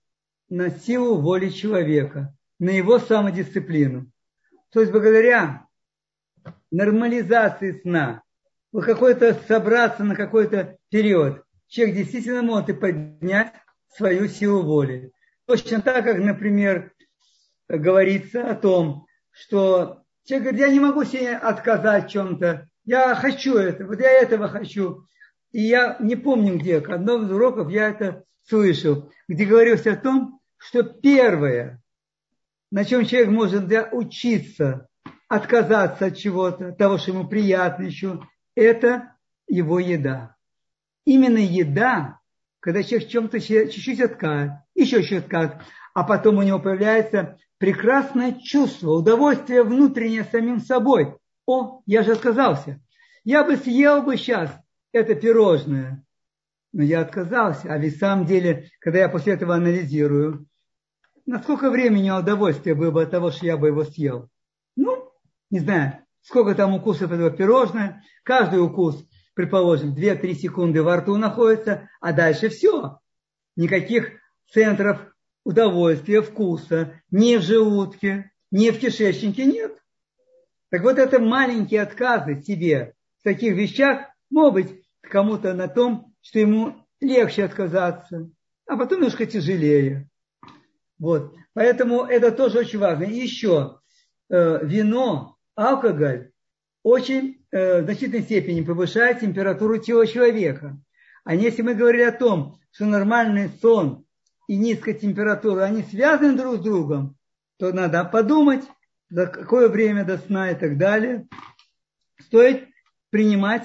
на силу воли человека, на его самодисциплину. То есть благодаря нормализации сна, в какой-то собраться на какой-то период, человек действительно может и поднять свою силу воли. Точно так, как, например, говорится о том, что человек говорит, я не могу себе отказать в чем-то, я хочу это, вот я этого хочу. И я не помню где, к одном из уроков я это слышал, где говорилось о том, что первое, на чем человек может учиться отказаться от чего-то, того, что ему приятно еще, это его еда. Именно еда, когда человек в чем-то чуть-чуть откажет, еще чуть-чуть откажет, а потом у него появляется прекрасное чувство, удовольствие внутреннее самим собой. О, я же отказался. Я бы съел бы сейчас это пирожное, но я отказался. А ведь в самом деле, когда я после этого анализирую, насколько времени удовольствия было бы от того, что я бы его съел? Ну, не знаю, сколько там укусов этого пирожного. Каждый укус, предположим, 2-3 секунды во рту находится, а дальше все. Никаких центров удовольствия, вкуса, ни в желудке, ни в кишечнике нет. Так вот, это маленькие отказы себе в таких вещах могут быть кому-то на том, что ему легче отказаться, а потом немножко тяжелее. Вот. Поэтому это тоже очень важно. И еще вино, алкоголь очень в значительной степени повышает температуру тела человека. А если мы говорили о том, что нормальный сон и низкая температура, они связаны друг с другом, то надо подумать, за какое время до сна и так далее. Стоит принимать,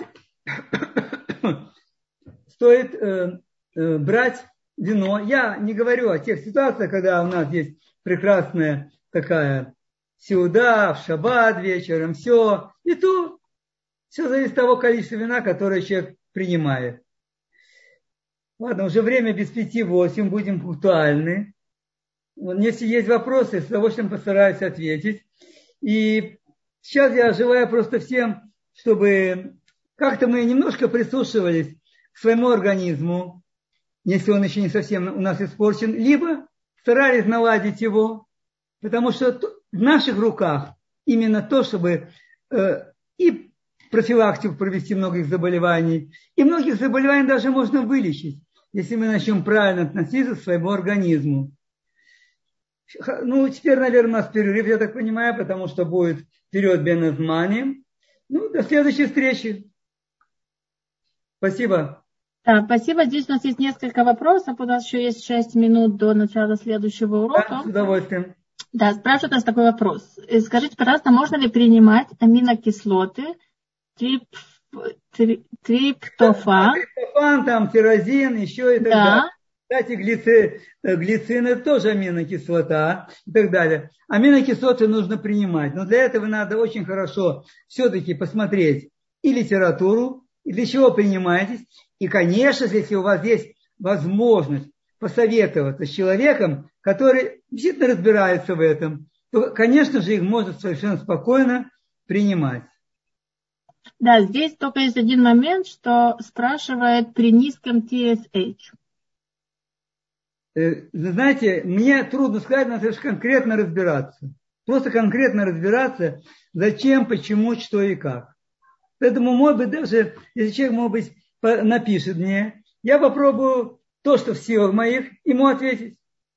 стоит брать вино. Я не говорю о тех ситуациях, когда у нас есть прекрасная такая сеуда, в шаббат вечером, все. И то все зависит от того количества вина, которое человек принимает. Ладно, уже время без 5-8, будем пунктуальны. Если есть вопросы, с удовольствием постараюсь ответить. И сейчас я желаю просто всем, чтобы как-то мы немножко прислушивались к своему организму, если он еще не совсем у нас испорчен, либо старались наладить его, потому что в наших руках именно то, чтобы и профилактику провести многих заболеваний, и многих заболеваний даже можно вылечить, если мы начнем правильно относиться к своему организму. Ну, теперь, наверное, у нас перерыв, я так понимаю, потому что будет вперед Беназмани. Ну, до следующей встречи. Спасибо. Да, спасибо. Здесь у нас есть несколько вопросов. У нас еще есть 6 минут до начала следующего урока. Да, с удовольствием. Да, спрашивают нас такой вопрос. Скажите, пожалуйста, можно ли принимать аминокислоты, триптофан? Триптофан, там, тирозин, еще и так далее. Кстати, глицин – это тоже аминокислота и так далее. Аминокислоты нужно принимать, но для этого надо очень хорошо все-таки посмотреть и литературу, и для чего принимаетесь. И, конечно, если у вас есть возможность посоветоваться с человеком, который действительно разбирается в этом, то, конечно же, их можно совершенно спокойно принимать. Да, здесь только есть один момент, что спрашивает при низком TSH. Знаете, мне трудно сказать, надо конкретно разбираться. Просто конкретно разбираться, зачем, почему, что и как. Поэтому, может быть, даже если человек, может быть, напишет мне, я попробую то, что в силах моих, ему ответить.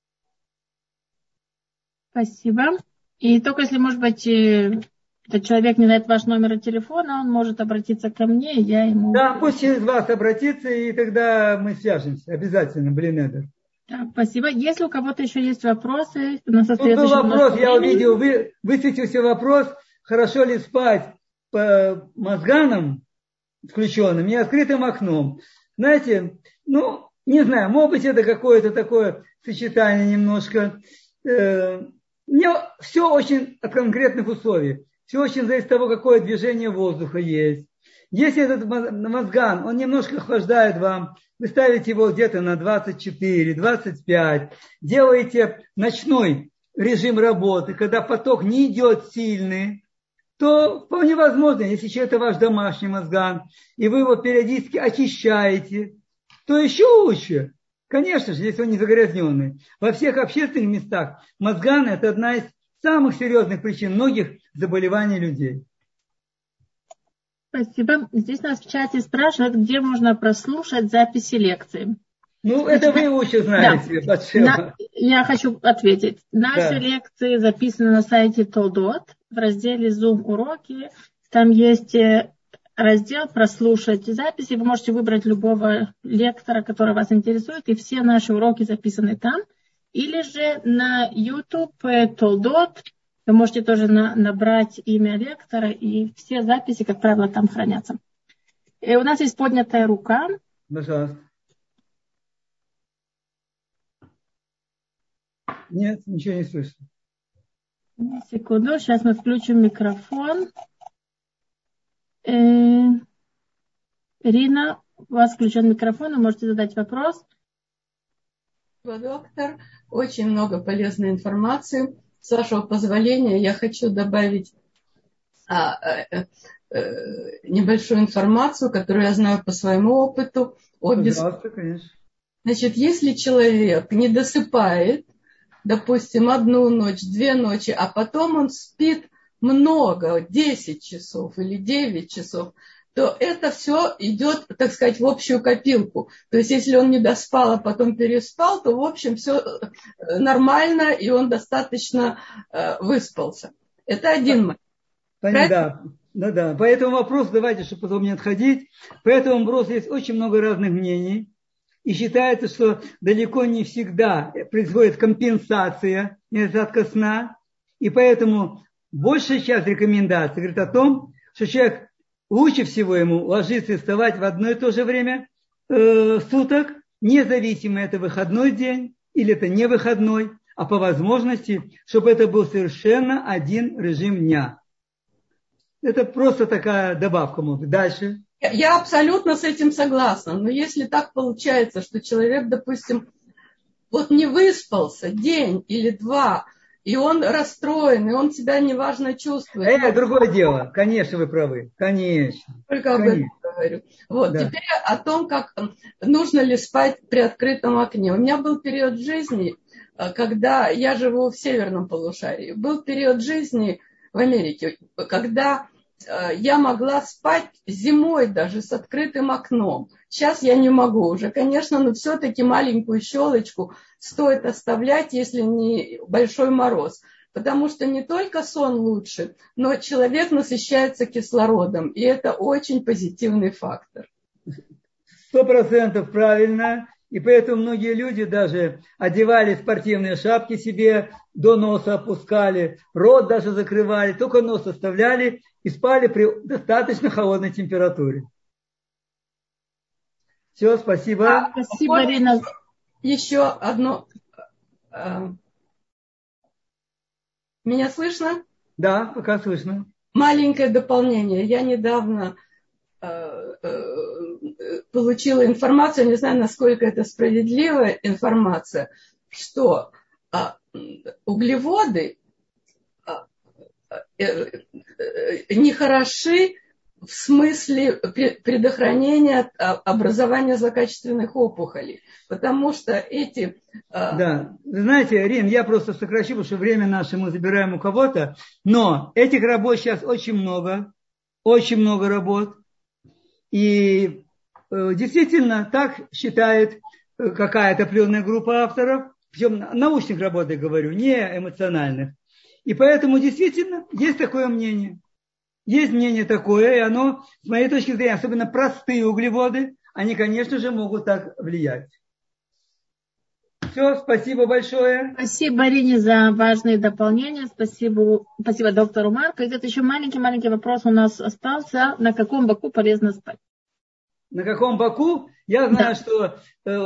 Спасибо. И только если, может быть, этот человек не знает ваш номер телефона, он может обратиться ко мне, и я ему... Да, пусть через вас обратиться, и тогда мы свяжемся. Обязательно, Блинедер. Да, спасибо. Если у кого-то еще есть вопросы, у нас остается был вопрос, еще я увидел, высветился вопрос, хорошо ли спать по мозганам включенным и открытым окном. Знаете, ну, не знаю, может быть, это какое-то такое сочетание немножко. Мне все очень от конкретных условий. Все очень зависит от того, какое движение воздуха есть. Если этот мозган, он немножко охлаждает вам, вы ставите его где-то на 24-25, делаете ночной режим работы, когда поток не идет сильный, то вполне возможно, если это ваш домашний мозган, и вы его периодически очищаете, то еще лучше. Конечно же, если он не загрязненный. Во всех общественных местах мозган – это одна из самых серьезных причин многих заболеваний людей. Спасибо. Здесь нас в чате спрашивают, где можно прослушать записи лекций. Ну, это вы лучше знаете, Да. Я хочу ответить. Наши лекции записаны на сайте Толдот в разделе Zoom уроки. Там есть раздел «Прослушать записи». Вы можете выбрать любого лектора, который вас интересует, и все наши уроки записаны там. Или же на YouTube Толдот вы можете тоже набрать имя лектора, и все записи, как правило, там хранятся. И у нас есть поднятая рука. Пожалуйста. Нет, ничего не слышно. Секунду, сейчас мы включим микрофон. Ирина, у вас включен микрофон, вы можете задать вопрос. Доктор, очень много полезной информации. С вашего позволения я хочу добавить небольшую информацию, которую я знаю по своему опыту. Пожалуйста, конечно. Значит, если человек не досыпает, допустим, 1 ночь, 2 ночи, а потом он спит много, 10 часов или 9 часов, то это все идет, так сказать, в общую копилку. То есть, если он не доспал, а потом переспал, то, в общем, все нормально, и он достаточно выспался. Это один момент. Да. По этому вопросу, давайте, чтобы потом не отходить, по этому вопросу есть очень много разных мнений. И считается, что далеко не всегда происходит компенсация недостатка сна. И поэтому большая часть рекомендаций говорит о том, что человек лучше всего ему ложиться и вставать в одно и то же время суток, независимо это выходной день или это не выходной, а по возможности, чтобы это был совершенно один режим дня. Это просто такая добавка, может быть. Дальше. Я абсолютно с этим согласна. Но если так получается, что человек, допустим, вот не выспался день или 2, и он расстроен, и он себя неважно чувствует. Это другое дело. Конечно, вы правы. Конечно. Только об этом говорю. Вот. Да. Теперь о том, как нужно ли спать при открытом окне. У меня был период жизни, когда я живу в северном полушарии. Был период жизни в Америке, когда я могла спать зимой даже с открытым окном. Сейчас я не могу уже, конечно, но все-таки маленькую щелочку стоит оставлять, если не большой мороз. Потому что не только сон лучше, но человек насыщается кислородом. И это очень позитивный фактор. 100% правильно. И поэтому многие люди даже одевали спортивные шапки себе, до носа опускали, рот даже закрывали, только нос оставляли и спали при достаточно холодной температуре. Все, спасибо. Спасибо, Ирина. Еще одно. Меня слышно? Да, пока слышно. Маленькое дополнение. Я недавно получила информацию, не знаю, насколько это справедливая информация, что углеводы не хороши в смысле предохранения образования злокачественных опухолей. Потому что эти... Да, вы знаете, Рин, я просто сокращу, потому что время наше мы забираем у кого-то, но этих работ сейчас очень много работ. И действительно так считает какая-то определенная группа авторов, причем научных работ я говорю, не эмоциональных. И поэтому действительно есть такое мнение. Есть мнение такое, и оно, с моей точки зрения, особенно простые углеводы, они, конечно же, могут так влиять. Все, спасибо большое. Спасибо, Ирине, за важные дополнения. Спасибо доктору Марку. И где-то еще маленький вопрос у нас остался. На каком боку полезно спать? На каком боку? Я знаю, что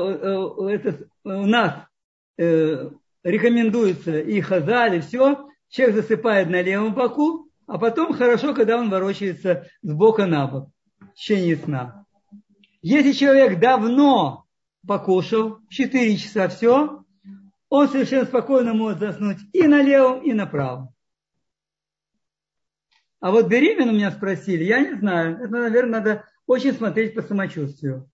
у нас рекомендуется и хазаль, и все. Человек засыпает на левом боку, а потом хорошо, когда он ворочается с бока на бок в течение сна. Если человек давно покушал, 4 часа все, он совершенно спокойно может заснуть и на левом, и на правом. А вот беременную меня спросили, я не знаю. Это, наверное, надо очень смотреть по самочувствию.